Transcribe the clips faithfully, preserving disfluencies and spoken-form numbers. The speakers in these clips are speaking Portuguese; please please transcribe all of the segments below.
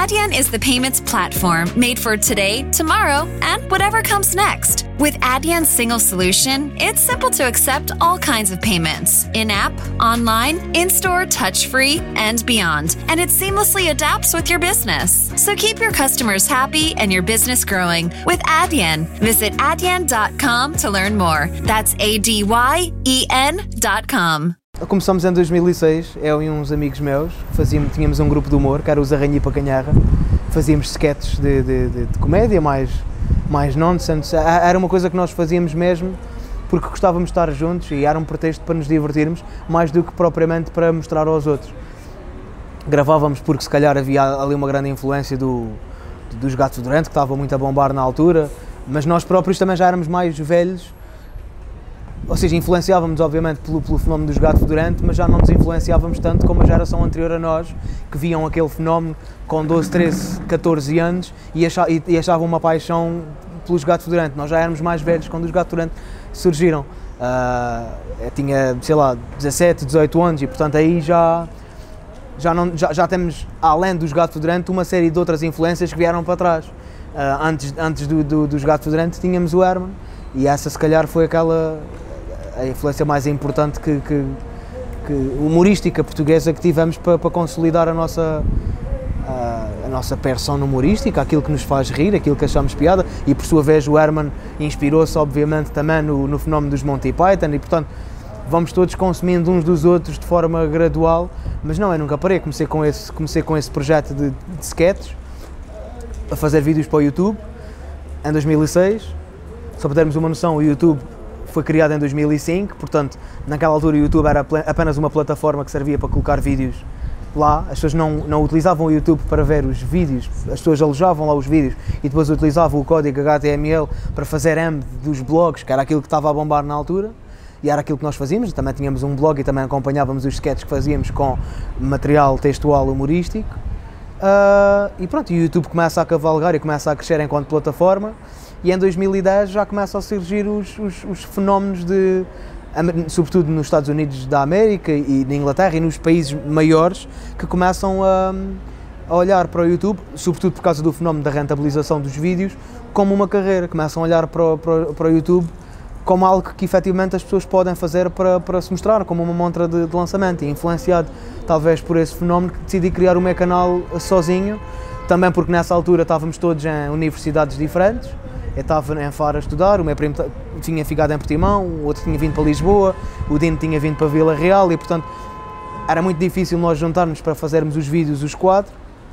Adyen is the payments platform made for today, tomorrow, and whatever comes next. With Adyen's single solution, it's simple to accept all kinds of payments, in-app, online, in-store, touch-free, and beyond. And it seamlessly adapts with your business. So keep your customers happy and your business growing with Adyen. Visit adyen dot com to learn more. That's A D Y E N dot com. Começamos em dois mil e seis, eu e uns amigos meus, fazíamos, tínhamos um grupo de humor, que era os Arranha para Canharra, fazíamos sketches de, de, de, de comédia, mais, mais nonsense, era uma coisa que nós fazíamos mesmo porque gostávamos de estar juntos e era um pretexto para nos divertirmos, mais do que propriamente para mostrar aos outros. Gravávamos porque se calhar havia ali uma grande influência do, dos Gato Fedorento, que estava muito a bombar na altura, mas nós próprios também já éramos mais velhos. Ou seja, influenciávamos obviamente pelo, pelo fenómeno dos Gato Fedorento, mas já não nos influenciávamos tanto como a geração anterior a nós, que viam aquele fenómeno com doze, treze, catorze anos e achavam, e achavam uma paixão pelos Gato Fedorento. Nós já éramos mais velhos quando os Gato Fedorento surgiram. Uh, eu tinha, sei lá, dezassete, dezoito anos e portanto aí já, já, não, já, já temos, além dos Gato Fedorento, uma série de outras influências que vieram para trás. Uh, antes antes do, do, dos Gato Fedorento tínhamos o Herman e essa se calhar foi aquela... a influência mais importante que, que, que humorística portuguesa que tivemos para, para consolidar a nossa, a, a nossa persona humorística, aquilo que nos faz rir, aquilo que achamos piada, e por sua vez o Herman inspirou-se obviamente também no, no fenómeno dos Monty Python e portanto vamos todos consumindo uns dos outros de forma gradual, mas não, eu nunca parei, comecei com esse, comecei com esse projeto de, de sketches, a fazer vídeos para o YouTube em dois mil e seis, só para termos uma noção, o YouTube foi criado em dois mil e cinco, portanto, naquela altura o YouTube era apenas uma plataforma que servia para colocar vídeos lá, as pessoas não, não utilizavam o YouTube para ver os vídeos, as pessoas alojavam lá os vídeos e depois utilizavam o código H T M L para fazer A M dos blogs, que era aquilo que estava a bombar na altura, e era aquilo que nós fazíamos, também tínhamos um blog e também acompanhávamos os sketches que fazíamos com material textual humorístico, uh, e pronto, e o YouTube começa a cavalgar e começa a crescer enquanto plataforma. E em dois mil e dez já começam a surgir os, os, os fenómenos de, sobretudo nos Estados Unidos da América e na Inglaterra e nos países maiores, que começam a, a olhar para o YouTube, sobretudo por causa do fenómeno da rentabilização dos vídeos, como uma carreira. Começam a olhar para o, para, para o YouTube como algo que efetivamente as pessoas podem fazer para, para se mostrar, como uma montra de, de lançamento. E influenciado talvez por esse fenómeno, decidi criar o meu canal sozinho, também porque nessa altura estávamos todos em universidades diferentes. Eu estava em Faro a estudar, o meu primo tinha ficado em Portimão, o outro tinha vindo para Lisboa, o Dino tinha vindo para Vila Real e, portanto, era muito difícil nós juntarmos para fazermos os vídeos, os quatro.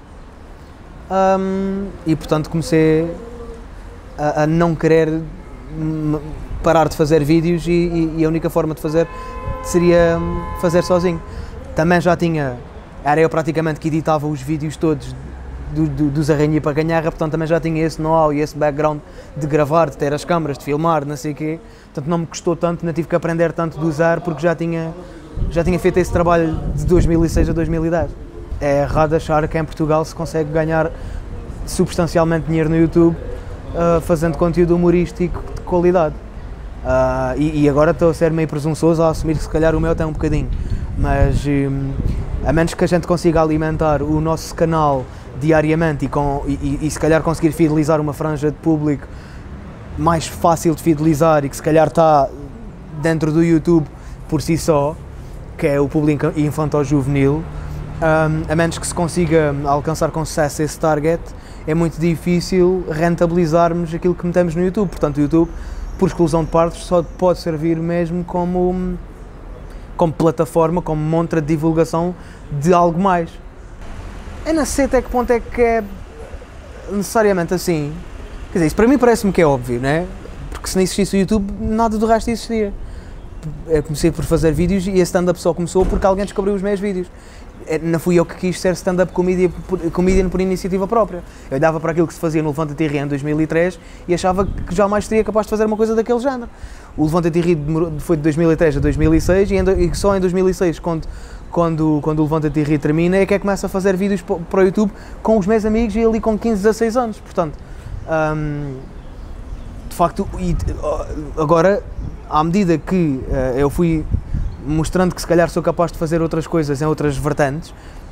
Um, e, portanto, comecei a, a não querer parar de fazer vídeos e, e, e a única forma de fazer seria fazer sozinho. Também já tinha, era eu praticamente que editava os vídeos todos Do, do, dos Arranha para Canharra, portanto também já tinha esse know-how e esse background de gravar, de ter as câmaras, de filmar, não sei o quê, portanto não me custou tanto, não tive que aprender tanto de usar porque já tinha, já tinha feito esse trabalho de dois mil e seis a dois mil e dez. É errado achar que em Portugal se consegue ganhar substancialmente dinheiro no YouTube uh, fazendo conteúdo humorístico de qualidade. Uh, e, e agora estou a ser meio presunçoso a assumir que se calhar o meu tem um bocadinho, mas um, a menos que a gente consiga alimentar o nosso canal diariamente e, com, e, e, e se calhar conseguir fidelizar uma franja de público mais fácil de fidelizar e que se calhar está dentro do YouTube por si só, que é o público infantil-juvenil, um, a menos que se consiga alcançar com sucesso esse target, é muito difícil rentabilizarmos aquilo que metemos no YouTube. Portanto, o YouTube, por exclusão de partes, só pode servir mesmo como, como plataforma, como montra de divulgação de algo mais. Eu não sei até que ponto é que é necessariamente assim. Quer dizer, isso para mim parece-me que é óbvio, não é? Porque se não existisse o YouTube, nada do resto existia. Eu comecei por fazer vídeos e a stand-up só começou porque alguém descobriu os meus vídeos. Não fui eu que quis ser stand-up comedian por, comedian por iniciativa própria. Eu olhava para aquilo que se fazia no Levanta-te e Ri em dois mil e três e achava que jamais seria capaz de fazer uma coisa daquele género. O Levanta-te e Ri foi de dois mil e três a dois mil e seis e, em, e só em dois mil e seis, quando Quando, quando o Levanta-te e Ri termina, é que é que começa a fazer vídeos para o YouTube com os meus amigos e ali com quinze, dezasseis anos, portanto, hum, de facto, e, agora, à medida que uh, eu fui mostrando que se calhar sou capaz de fazer outras coisas em outras vertentes,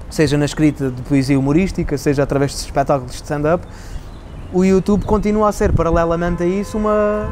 seja na escrita de poesia humorística, seja através de espetáculos de stand-up, o YouTube continua a ser, paralelamente a isso, uma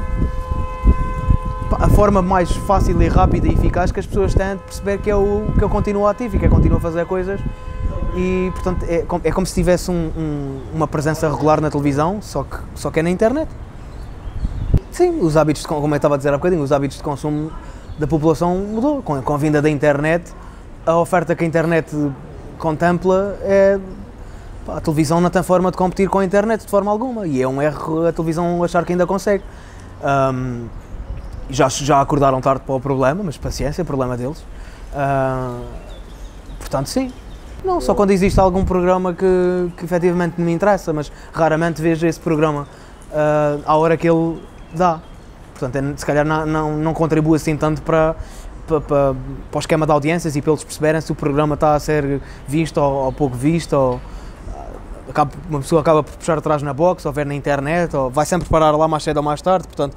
a forma mais fácil e rápida e eficaz que as pessoas têm de perceber que eu, que eu continuo ativo e que eu continuo a fazer coisas. E, portanto, é, é como se tivesse um, um, uma presença regular na televisão, só que, só que é na internet. Sim, os hábitos, de, como eu estava a dizer há bocadinho, os hábitos de consumo da população mudou. Com, com a vinda da internet, a oferta que a internet contempla é... A televisão não tem forma de competir com a internet de forma alguma, e é um erro a televisão achar que ainda consegue. Um, já, já acordaram tarde para o problema, mas paciência, problema deles. Uh, portanto, sim. Não, só quando existe algum programa que, que efetivamente me interessa, mas raramente vejo esse programa uh, à hora que ele dá. Portanto, é, se calhar não, não, não contribui assim tanto para, para, para, para o esquema de audiências e para eles perceberem se o programa está a ser visto ou, ou pouco visto, ou acaba, uma pessoa acaba por puxar atrás na box, ou ver na internet, ou vai sempre parar lá mais cedo ou mais tarde. Portanto,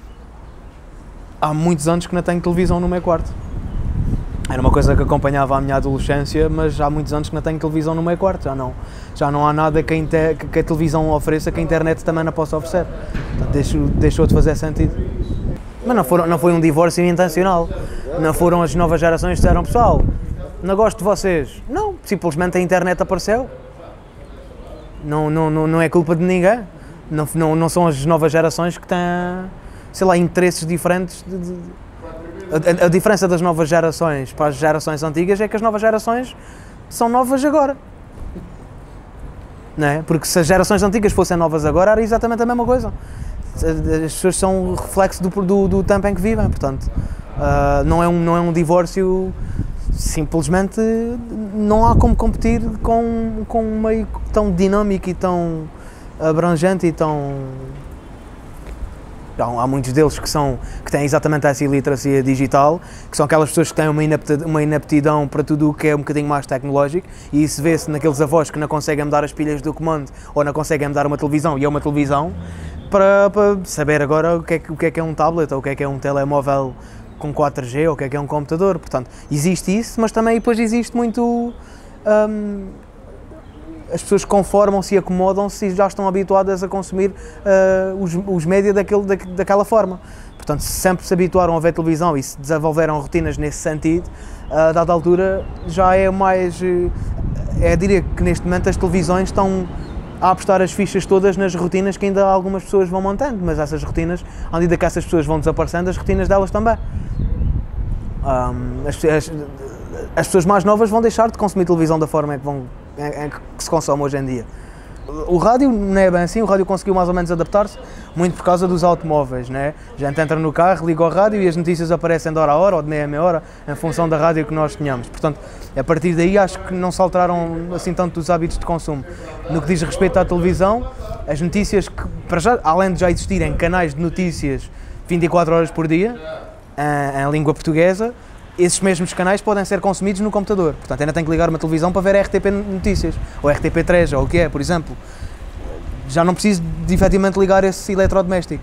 há muitos anos que não tenho televisão no meu quarto. Era uma coisa que acompanhava a minha adolescência, mas há muitos anos que não tenho televisão no meu quarto, já não, já não há nada que a, inter, que a televisão ofereça que a internet também não possa oferecer. Portanto, deixou, deixou de fazer sentido. Mas não, foram, não foi um divórcio intencional, não foram as novas gerações que disseram, pessoal, não gosto de vocês. Não, simplesmente a internet apareceu. Não, não, não, não é culpa de ninguém, não, não, não são as novas gerações que têm, sei lá, interesses diferentes de, de, A, a diferença das novas gerações para as gerações antigas é que as novas gerações são novas agora, não é? Porque se as gerações antigas fossem novas agora era exatamente a mesma coisa. As pessoas são reflexo do, do, do tempo em que vivem, portanto uh, não, é um, não é um divórcio, simplesmente não há como competir com, com um meio tão dinâmico e tão abrangente e tão... Há muitos deles que, são, que têm exatamente essa iliteracia digital, que são aquelas pessoas que têm uma inaptidão, uma inaptidão para tudo o que é um bocadinho mais tecnológico, e isso vê-se naqueles avós que não conseguem mudar as pilhas do comando ou não conseguem mudar uma televisão, e é uma televisão, para, para saber agora o que, é, o que é que é um tablet, ou o que é que é um telemóvel com quatro G, ou o que é que é um computador. Portanto, existe isso, mas também depois existe muito... Hum, as pessoas conformam-se e acomodam-se e já estão habituadas a consumir uh, os, os média daquele, da, daquela forma. Portanto, se sempre se habituaram a ver televisão e se desenvolveram rotinas nesse sentido, a dada altura já é mais... Uh, é, diria que neste momento as televisões estão a apostar as fichas todas nas rotinas que ainda algumas pessoas vão mantendo, mas essas rotinas, à medida que essas pessoas vão desaparecendo, as rotinas delas também. Um, as, as, as pessoas mais novas vão deixar de consumir televisão da forma em que vão Em, em que se consome hoje em dia. O rádio não é bem assim, o rádio conseguiu mais ou menos adaptar-se muito por causa dos automóveis, né? A gente entra no carro, liga o rádio e as notícias aparecem de hora a hora ou de meia a meia hora em função da rádio que nós tenhamos. Portanto, a partir daí acho que não se alteraram assim tanto os hábitos de consumo. No que diz respeito à televisão, as notícias que, para já, além de já existirem canais de notícias vinte e quatro horas por dia, em, em língua portuguesa, esses mesmos canais podem ser consumidos no computador. Portanto, ainda tem que ligar uma televisão para ver a R T P Notícias, ou R T P três, ou o que é, por exemplo. Já não preciso de efetivamente ligar esse eletrodoméstico.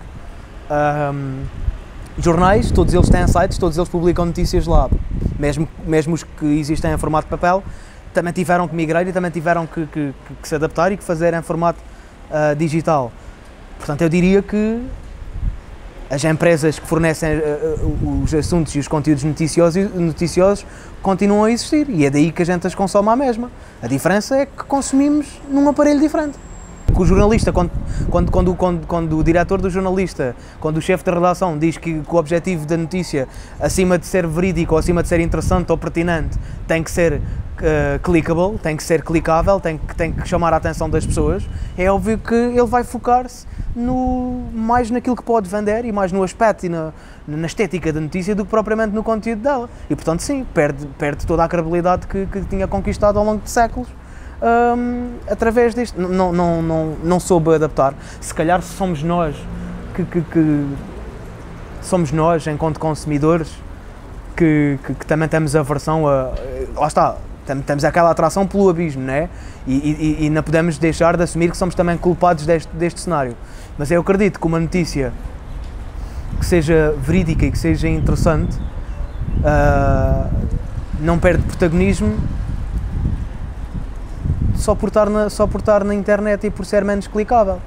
Um, jornais, todos eles têm sites, todos eles publicam notícias lá. Mesmo, mesmo os que existem em formato de papel, também tiveram que migrar e também tiveram que, que, que se adaptar e que fazer em formato uh, digital. Portanto, eu diria que as empresas que fornecem uh, os assuntos e os conteúdos noticiosos, noticiosos continuam a existir, e é daí que a gente as consome à mesma. A diferença é que consumimos num aparelho diferente. O jornalista, quando, quando, quando, quando, quando o diretor do jornalista, quando o chefe da redação diz que, que o objetivo da notícia, acima de ser verídico ou acima de ser interessante ou pertinente, tem que ser uh, clickable, tem que ser clicável, tem que, tem que chamar a atenção das pessoas, é óbvio que ele vai focar-se no, mais naquilo que pode vender e mais no aspecto e na, na estética da notícia do que propriamente no conteúdo dela. E portanto sim, perde, perde toda a credibilidade que, que tinha conquistado ao longo de séculos. Um, através disto, não, não, não, não soube adaptar. Se calhar somos nós que, que, que somos nós, enquanto consumidores, que, que, que também temos aversão a... Lá está, temos aquela atração pelo abismo, não é? E, e, e não podemos deixar de assumir que somos também culpados deste, deste cenário. Mas eu acredito que uma notícia que seja verídica e que seja interessante uh, não perde protagonismo só por estar na, só por estar na internet e por ser menos clicável.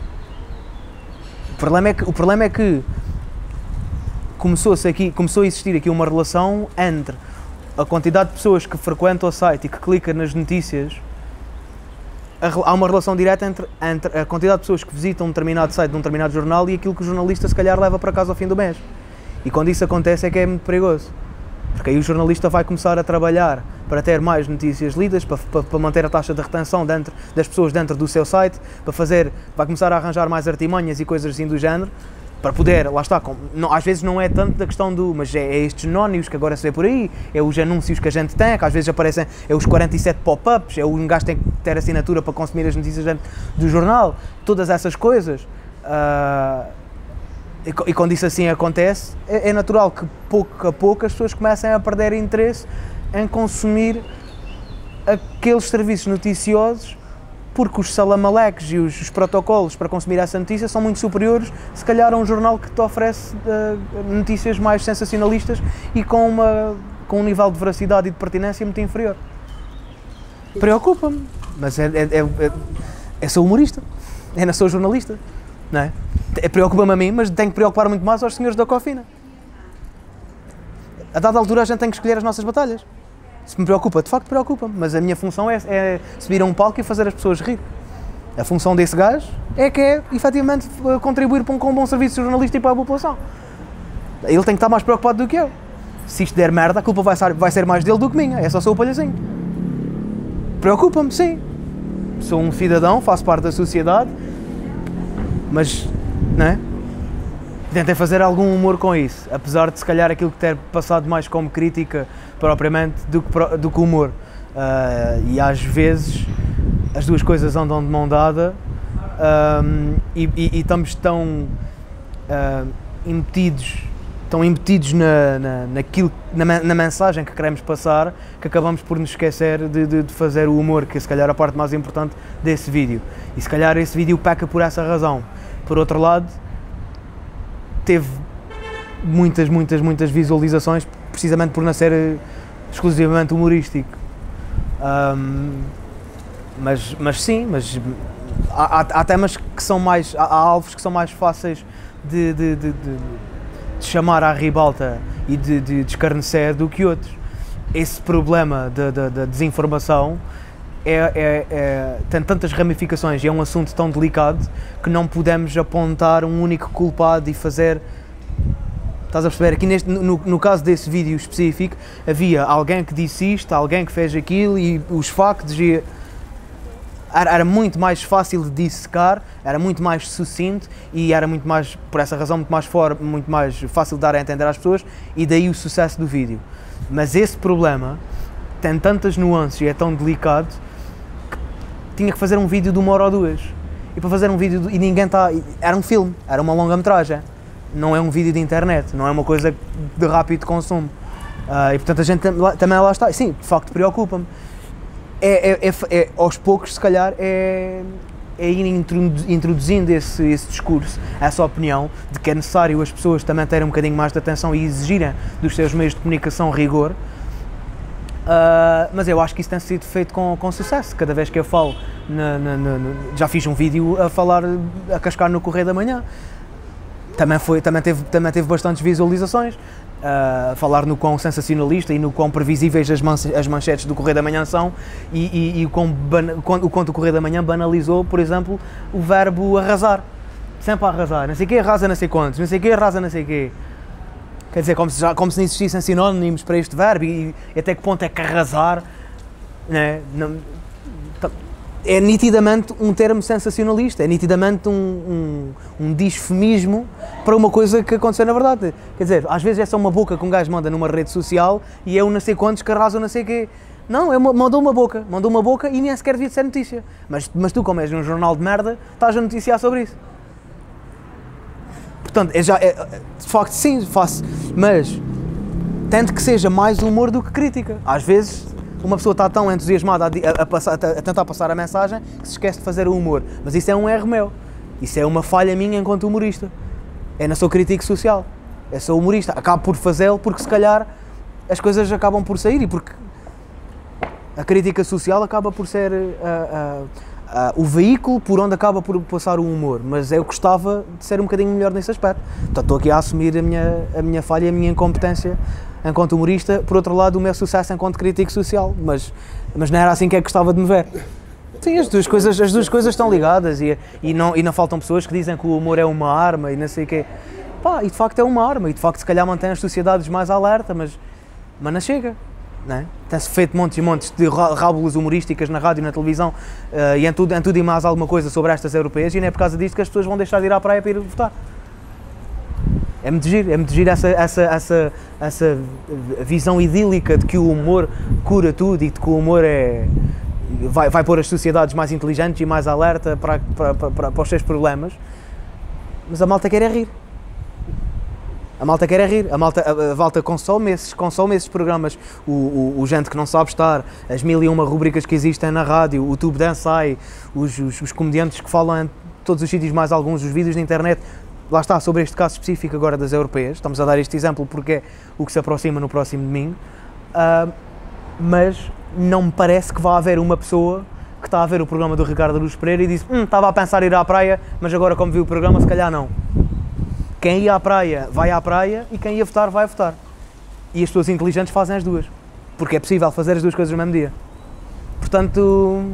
O problema é que, o problema é que começou-se aqui, começou a existir aqui uma relação entre a quantidade de pessoas que frequentam o site e que clicam nas notícias. Há uma relação direta entre, entre a quantidade de pessoas que visitam um determinado site de um determinado jornal e aquilo que o jornalista se calhar leva para casa ao fim do mês. E quando isso acontece é que é muito perigoso. Porque aí o jornalista vai começar a trabalhar para ter mais notícias lidas, para, para, para manter a taxa de retenção dentro, das pessoas dentro do seu site, para fazer, vai começar a arranjar mais artimanhas e coisas assim do género, para poder, lá está, com, não, às vezes não é tanto da questão do, mas é, é estes anónimos que agora se vê por aí, é os anúncios que a gente tem, que às vezes aparecem, é os quarenta e sete pop-ups, é o um gajo tem que ter assinatura para consumir as notícias dentro do jornal, todas essas coisas. Uh, e, e quando isso assim acontece, é, é natural que pouco a pouco as pessoas comecem a perder interesse em consumir aqueles serviços noticiosos, porque os salamaleques e os, os protocolos para consumir essa notícia são muito superiores, se calhar, a um jornal que te oferece uh, notícias mais sensacionalistas e com, uma, com um nível de veracidade e de pertinência muito inferior. Preocupa-me, mas é, é, é, é sou humorista, é não sou jornalista, não é? É preocupa-me a mim, mas tenho que preocupar muito mais aos senhores da Cofina. A dada altura a gente tem que escolher as nossas batalhas. Se me preocupa, de facto preocupa-me, mas a minha função é, é subir a um palco e fazer as pessoas rir. A função desse gajo é que é, efetivamente, contribuir para um, com um bom serviço jornalístico para a população. Ele tem que estar mais preocupado do que eu. Se isto der merda, a culpa vai ser, vai ser mais dele do que minha, é só sou o palhacinho. Preocupa-me, sim. Sou um cidadão, faço parte da sociedade, mas, não é? Tentei fazer algum humor com isso, apesar de se calhar aquilo que ter passado mais como crítica propriamente do que, do que humor. Uh, e às vezes as duas coisas andam de mão dada um, e, e, e estamos tão uh, embutidos, tão embutidos na, na, naquilo, na, na mensagem que queremos passar, que acabamos por nos esquecer de, de, de fazer o humor, que é se calhar a parte mais importante desse vídeo. E se calhar esse vídeo peca por essa razão. Por outro lado, teve muitas, muitas, muitas visualizações precisamente por não ser exclusivamente humorístico. Um, mas, mas sim, mas há, há temas que são mais, há, há alvos que são mais fáceis de, de, de, de, de chamar à ribalta e de, de, de escarnecer do que outros. Esse problema da de, de, de desinformação É, é, é, tem tantas ramificações e é um assunto tão delicado que não podemos apontar um único culpado e fazer... Estás a perceber? Aqui neste, no, no caso desse vídeo específico, havia alguém que disse isto, alguém que fez aquilo e os factos... E, era, era muito mais fácil de dissecar, era muito mais sucinto e era muito mais, por essa razão, muito mais, for, muito mais fácil de dar a entender às pessoas e daí o sucesso do vídeo. Mas esse problema tem tantas nuances e é tão delicado tinha que fazer um vídeo de uma hora ou duas. E para fazer um vídeo, e ninguém está... Era um filme, era uma longa-metragem. Não é um vídeo de internet, não é uma coisa de rápido consumo. Uh, e portanto a gente também lá está. Sim, de facto preocupa-me. É, é, é, é, aos poucos, se calhar, é, é ir introduzindo esse, esse discurso, essa opinião de que é necessário as pessoas também terem um bocadinho mais de atenção e exigirem dos seus meios de comunicação rigor. Uh, mas eu acho que isso tem sido feito com, com sucesso. Cada vez que eu falo, na, na, na, já fiz um vídeo a falar, a cascar no Correio da Manhã, também, foi, também, teve, também teve bastantes visualizações, uh, a falar no quão sensacionalista e no quão previsíveis as, man, as manchetes do Correio da Manhã são e, e, e o, quão ban, o quanto o Correio da Manhã banalizou, por exemplo, o verbo arrasar, sempre a arrasar, não sei o quê, arrasa não sei quantos, não sei o quê, arrasa não sei o quê. Quer dizer, como se, já, como se não existissem sinónimos para este verbo e, e até que ponto é que arrasar, né? Não, é nitidamente um termo sensacionalista, é nitidamente um, um, um disfemismo para uma coisa que aconteceu na verdade. Quer dizer, às vezes é só uma boca que um gajo manda numa rede social e é um não sei quantos que arrasam não sei o quê. Não, é uma, mandou uma boca, mandou uma boca e nem sequer devia de ser notícia. Mas, mas tu, como és um jornal de merda, estás a noticiar sobre isso. Portanto, é já, é, de facto sim, faço, mas tento que seja mais humor do que crítica. Às vezes uma pessoa está tão entusiasmada a, a, passar, a tentar passar a mensagem que se esquece de fazer o humor. Mas isso é um erro meu, isso é uma falha minha enquanto humorista. É não sou crítico social, eu sou humorista, acabo por fazê-lo porque se calhar as coisas acabam por sair e porque A crítica social acaba por ser uh, uh, uh, o veículo por onde acaba por passar o humor, mas eu gostava de ser um bocadinho melhor nesse aspecto. Portanto, estou aqui a assumir a minha, a minha falha, a minha incompetência enquanto humorista, por outro lado o meu sucesso enquanto crítico social, mas, mas não era assim que eu gostava de me ver. Sim, as duas coisas, as duas coisas estão ligadas e, e, não, e não faltam pessoas que dizem que o humor é uma arma e não sei o quê. Pá, e de facto é uma arma e de facto se calhar mantém as sociedades mais alerta, mas, mas não chega. Não é? Tem-se feito montes e montes de rábulas humorísticas na rádio e na televisão uh, e em tudo, em tudo e mais alguma coisa sobre estas europeias e não é por causa disto que as pessoas vão deixar de ir à praia para ir votar. É muito giro, é muito giro essa, essa, essa, essa visão idílica de que o humor cura tudo e de que o humor é, vai, vai pôr as sociedades mais inteligentes e mais alerta para, para, para, para os seus problemas, mas a malta quer é rir. A malta quer é rir, a malta, a, a malta consome, esses, consome esses programas, o, o, o Gente que Não Sabe Estar, as mil e uma rubricas que existem na rádio, o Tube Dancei, os, os, os comediantes que falam em todos os sítios, mais alguns, os vídeos na internet. Lá está, sobre este caso específico agora das europeias, estamos a dar este exemplo porque é o que se aproxima no próximo domingo, uh, mas não me parece que vá haver uma pessoa que está a ver o programa do Ricardo Araújo Pereira e disse hum, estava a pensar em ir à praia, mas agora como viu o programa se calhar não. Quem ia à praia vai à praia e quem ia votar vai votar. E as pessoas inteligentes fazem as duas, porque é possível fazer as duas coisas no mesmo dia. Portanto,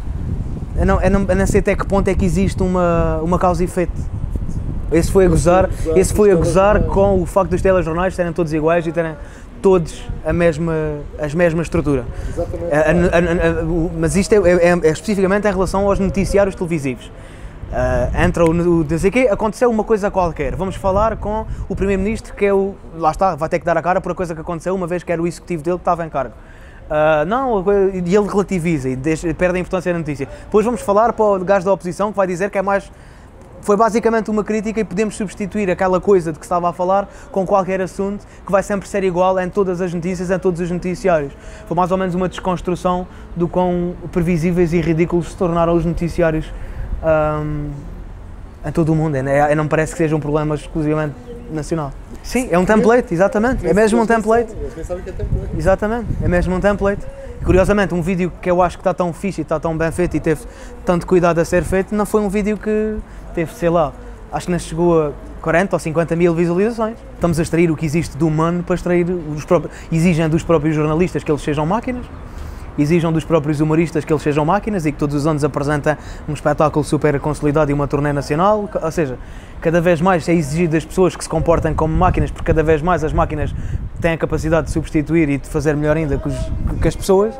eu não, eu não, eu não sei até que ponto é que existe uma, uma causa e efeito. Esse foi a gozar, esse foi a gozar com o facto dos telejornais serem todos iguais e terem todos a mesma, as mesma estrutura. Exatamente. A, a, a, a, mas isto é, é, é especificamente em relação aos noticiários televisivos. Uh, entra o, o não sei quê, aconteceu uma coisa qualquer, vamos falar com o primeiro-ministro que é o, lá está, vai ter que dar a cara por a coisa que aconteceu, uma vez que era o executivo dele que estava em cargo. Uh, não, e ele relativiza e deixa, perde a importância da notícia. Depois vamos falar para o gajo da oposição que vai dizer que é mais... Foi basicamente uma crítica e podemos substituir aquela coisa de que estava a falar com qualquer assunto que vai sempre ser igual em todas as notícias, em todos os noticiários. Foi mais ou menos uma desconstrução do quão previsíveis e ridículos se tornaram os noticiários um, em todo o mundo. É, é, não parece que seja um problema exclusivamente nacional. Sim, é um template, exatamente. É mesmo um template. Eles sabem que é template. Exatamente, é mesmo um template. Curiosamente, um vídeo que eu acho que está tão fixe e está tão bem feito e teve tanto cuidado a ser feito, não foi um vídeo que teve, sei lá, acho que não chegou a quarenta ou cinquenta mil visualizações. Estamos a extrair o que existe do humano para extrair os próprios... Exigem dos próprios jornalistas que eles sejam máquinas, exijam dos próprios humoristas que eles sejam máquinas e que todos os anos apresentem um espetáculo super consolidado e uma turnê nacional, ou seja, cada vez mais é exigido das pessoas que se comportem como máquinas, porque cada vez mais as máquinas têm a capacidade de substituir e de fazer melhor ainda que, os, que as pessoas.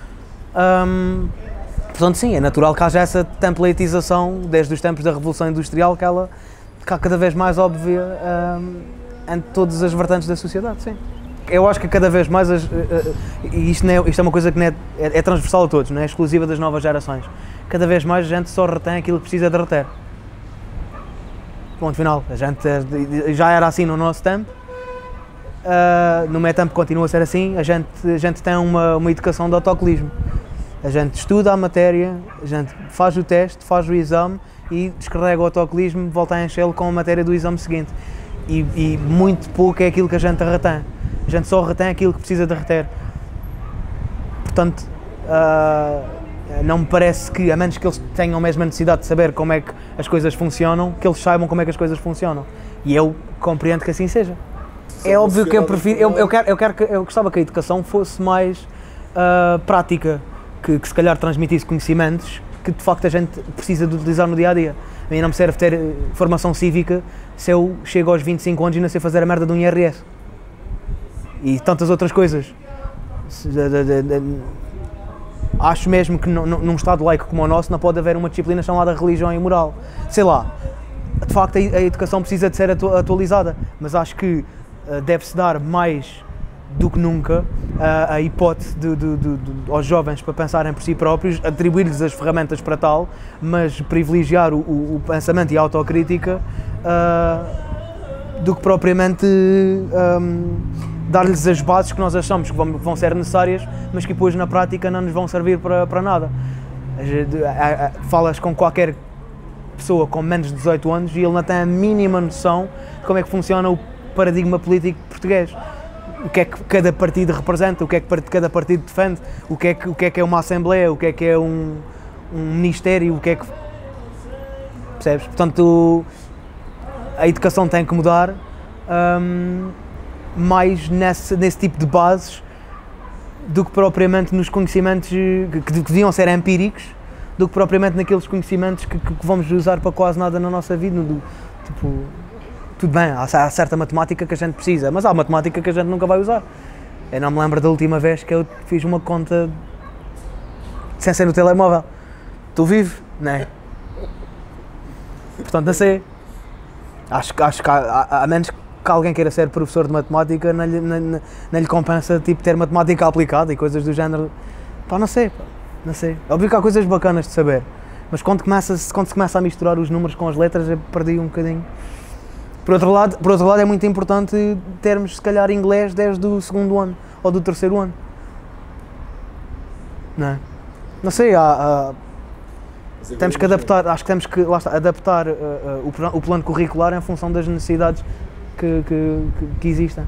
Um, portanto, sim, é natural que haja essa templatização desde os tempos da Revolução Industrial, que ela fica cada vez mais óbvia um, em todas as vertentes da sociedade, sim. Eu acho que cada vez mais, as, e isto, é, isto é uma coisa que não é, é, é transversal a todos, não é exclusiva das novas gerações, cada vez mais a gente só retém aquilo que precisa de reter. Ponto final, a gente já era assim no nosso tempo, uh, no meu tempo continua a ser assim, a gente, a gente tem uma, uma educação de autocolismo. A gente estuda a matéria, a gente faz o teste, faz o exame e descarrega o autocolismo, volta a enchê-lo com a matéria do exame seguinte. E, e muito pouco é aquilo que a gente retém. A gente só retém aquilo que precisa de reter. Portanto, uh, não me parece que, a menos que eles tenham mesmo a necessidade de saber como é que as coisas funcionam, que eles saibam como é que as coisas funcionam. E eu compreendo que assim seja. Sim, é óbvio que eu prefiro, eu, eu, quero, eu, quero, eu gostava que a educação fosse mais uh, prática, que, que se calhar transmitisse conhecimentos que de facto a gente precisa de utilizar no dia-a-dia. A mim não me serve ter formação cívica se eu chego aos vinte e cinco anos e não sei fazer a merda de um I R S. E tantas outras coisas. Acho mesmo que num Estado laico como o nosso não pode haver uma disciplina chamada religião e moral. Sei lá, de facto a educação precisa de ser atualizada, mas acho que deve-se dar mais do que nunca a hipótese de, de, de, de, aos jovens para pensarem por si próprios, atribuir-lhes as ferramentas para tal, mas privilegiar o, o, o pensamento e a autocrítica uh, do que propriamente um, dar-lhes as bases que nós achamos que vão, que vão ser necessárias, mas que depois na prática não nos vão servir para, para nada. Falas com qualquer pessoa com menos de dezoito anos e ele não tem a mínima noção de como é que funciona o paradigma político português. o que é que cada partido representa, o que é que cada partido defende, o que é que, o que, é, que é uma Assembleia, o que é que é um, um Ministério, o que é que... Percebes? Portanto, a educação tem que mudar um, mais nesse, nesse tipo de bases do que propriamente nos conhecimentos que, que deviam ser empíricos, do que propriamente naqueles conhecimentos que, que, que vamos usar para quase nada na nossa vida. Do, tipo, tudo bem, há, há certa matemática que a gente precisa, mas há matemática que a gente nunca vai usar. Eu não me lembro da última vez que eu fiz uma conta sem ser no telemóvel. Estou vivo, não é? Portanto, não sei. Acho, acho que, a, a menos que alguém queira ser professor de matemática, não lhe, não, não, não lhe compensa tipo, ter matemática aplicada e coisas do género. Pá, não sei, pá, não sei. Óbvio que há coisas bacanas de saber, mas quando, começa, quando se começa a misturar os números com as letras, eu perdi um bocadinho. Por outro lado, por outro lado é muito importante termos, se calhar, inglês desde o segundo ano ou do terceiro ano. Não é? Não sei, há, há, temos que adaptar, acho que temos que lá está, adaptar uh, uh, o, o plano curricular em função das necessidades que, que, que, que existem.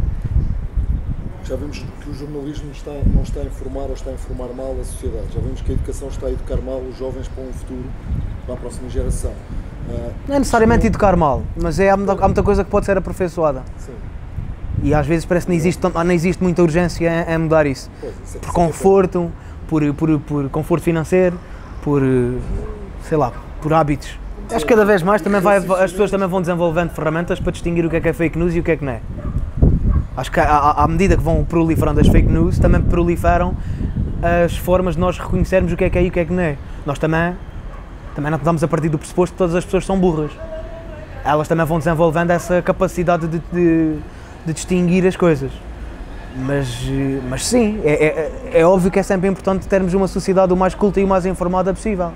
Já vimos que o jornalismo está, não está a informar ou está a informar mal a sociedade. Já vimos que a educação está a educar mal os jovens para um futuro, para a próxima geração. Uh, não é necessariamente não... educar mal, mas é, há, muita, há muita coisa que pode ser aperfeiçoada. Sim. E às vezes parece que não existe, não existe muita urgência em, em mudar isso. Pois, isso é, por conforto, por, por, por conforto financeiro, por, sei lá, por hábitos. Acho que cada vez mais também vai, as pessoas também vão desenvolvendo ferramentas para distinguir o que é que é fake news e o que é que não é. Acho que à, à medida que vão proliferando as fake news, também proliferam as formas de nós reconhecermos o que é que é e o que é que não é. Nós também, também não estamos a partir do pressuposto que todas as pessoas são burras. Elas também vão desenvolvendo essa capacidade de, de, de distinguir as coisas. Mas, mas sim, é, é, é óbvio que é sempre importante termos uma sociedade o mais culta e o mais informada possível.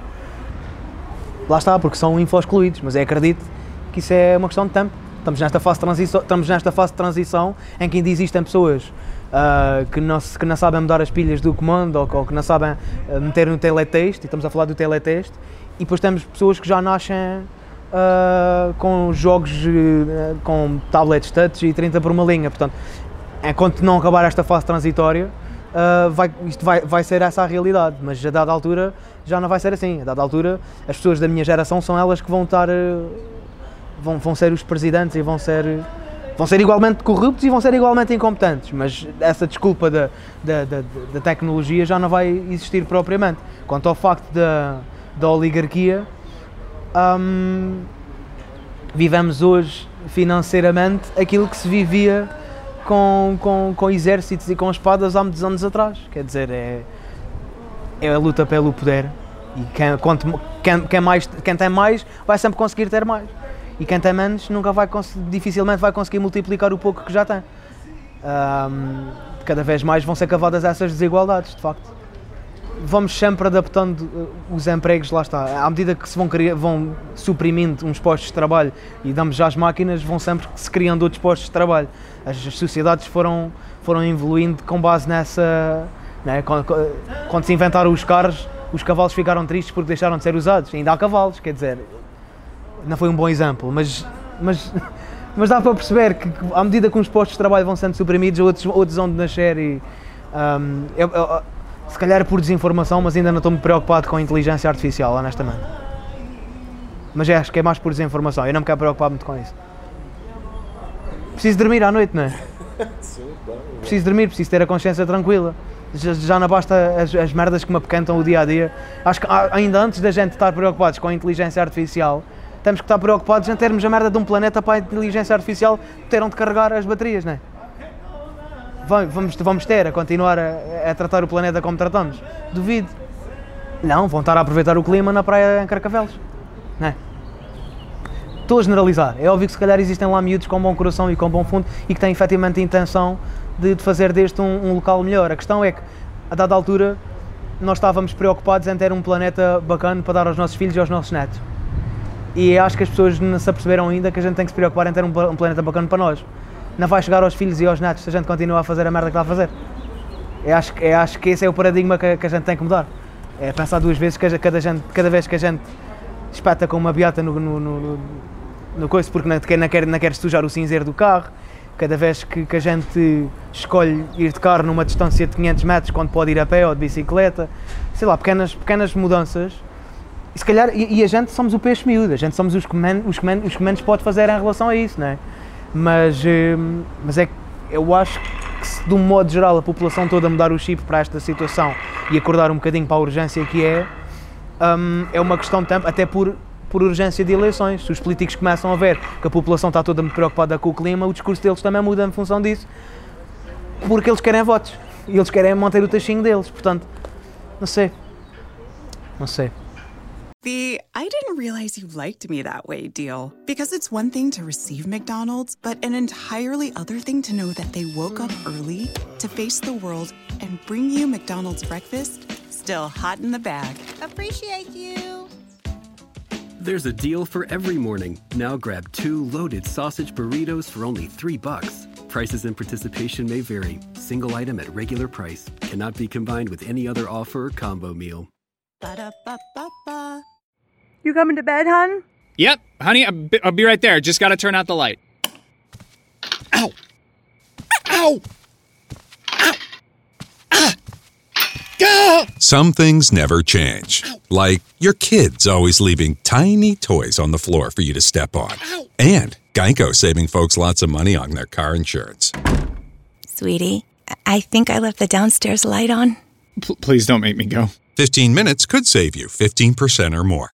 Lá está, porque são info-excluídos, mas eu acredito que isso é uma questão de tempo. Estamos nesta fase de transição, estamos nesta fase de transição em que ainda existem pessoas uh, que, não, que não sabem mudar as pilhas do comando ou, ou que não sabem uh, meter no teletexto, e estamos a falar do teletexto, e depois temos pessoas que já nascem uh, com jogos, uh, com tablets touch e trinta por uma linha. Portanto, enquanto não acabar esta fase transitória, uh, vai, isto vai, vai ser essa a realidade, mas a dada altura já não vai ser assim. A dada altura, as pessoas da minha geração são elas que vão estar... Uh, Vão, vão ser os presidentes e vão ser, vão ser igualmente corruptos e vão ser igualmente incompetentes, mas essa desculpa da, da, da, da tecnologia já não vai existir propriamente. Quanto ao facto da, da oligarquia, hum, vivemos hoje financeiramente aquilo que se vivia com, com, com exércitos e com espadas há muitos anos atrás. Quer dizer, é, é a luta pelo poder e quem, quanto, quem, quem, mais, quem tem mais vai sempre conseguir ter mais. E quem tem menos nunca vai, dificilmente vai conseguir multiplicar o pouco que já tem. Um, cada vez mais vão ser cavadas essas desigualdades, de facto. Vamos sempre adaptando os empregos, lá está. À medida que se vão, criar, vão suprimindo uns postos de trabalho e damos já às máquinas, vão sempre se criando outros postos de trabalho. As sociedades foram, foram evoluindo com base nessa... Né? Quando, quando se inventaram os carros, os cavalos ficaram tristes porque deixaram de ser usados. Ainda há cavalos, quer dizer... Não foi um bom exemplo, mas, mas, mas dá para perceber que, que à medida que uns postos de trabalho vão sendo suprimidos, outros, outros vão de nascer e um, eu, eu, se calhar por desinformação, mas ainda não estou muito preocupado com a inteligência artificial, honestamente. Mas é, acho que é mais por desinformação, eu não me quero preocupar muito com isso. Preciso dormir à noite, não é? Sim, claro. Preciso dormir, preciso ter a consciência tranquila. Já, já não basta as, as merdas que me apequentam o dia a dia. Acho que ainda antes da gente estar preocupados com a inteligência artificial, temos que estar preocupados em termos a merda de um planeta para a inteligência artificial ter onde carregar as baterias, não é? Vamos, vamos ter a continuar a, a tratar o planeta como tratamos? Duvido. Não, vão estar a aproveitar o clima na praia em Carcavelos, não é? Estou a generalizar. É óbvio que se calhar existem lá miúdos com bom coração e com bom fundo e que têm efetivamente a intenção de, de fazer deste um, um local melhor. A questão é que, a dada altura, nós estávamos preocupados em ter um planeta bacana para dar aos nossos filhos e aos nossos netos. E acho que as pessoas não se aperceberam ainda que a gente tem que se preocupar em ter um, um planeta bacana para nós. Não vai chegar aos filhos e aos netos se a gente continua a fazer a merda que está a fazer. Eu acho, eu acho que esse é o paradigma que, que a gente tem que mudar. É pensar duas vezes que cada, gente, cada vez que a gente espeta com uma beata no, no, no, no coice porque não quer, não, quer, não quer sujar o cinzeiro do carro, cada vez que, que a gente escolhe ir de carro numa distância de quinhentos metros quando pode ir a pé ou de bicicleta, sei lá, pequenas, pequenas mudanças. E se calhar, e, e a gente somos o peixe miúdo, a gente somos os que, men, os, que men, os que menos pode fazer em relação a isso, não é? Mas, mas é que eu acho que se de um modo geral a população toda mudar o chip para esta situação e acordar um bocadinho para a urgência que é, um, é uma questão também, até por, por urgência de eleições. Se os políticos começam a ver que a população está toda muito preocupada com o clima, o discurso deles também muda em função disso, porque eles querem votos e eles querem manter o taxinho deles, portanto, não sei, não sei. The I didn't realize you liked me that way deal. Because it's one thing to receive McDonald's, but an entirely other thing to know that they woke up early to face the world and bring you McDonald's breakfast still hot in the bag. Appreciate you. There's a deal for every morning. Now grab two loaded sausage burritos for only three bucks. Prices and participation may vary. Single item at regular price. Cannot be combined with any other offer or combo meal. Ba-da-ba-ba-ba. You coming to bed, hon? Yep, honey, I'll be, I'll be right there. Just gotta turn out the light. Ow! Ow! Ow! Ah! Gah! Some things never change. Like your kids always leaving tiny toys on the floor for you to step on. Ow! And Geico saving folks lots of money on their car insurance. Sweetie, I think I left the downstairs light on. P- please don't make me go. fifteen minutes could save you fifteen percent or more.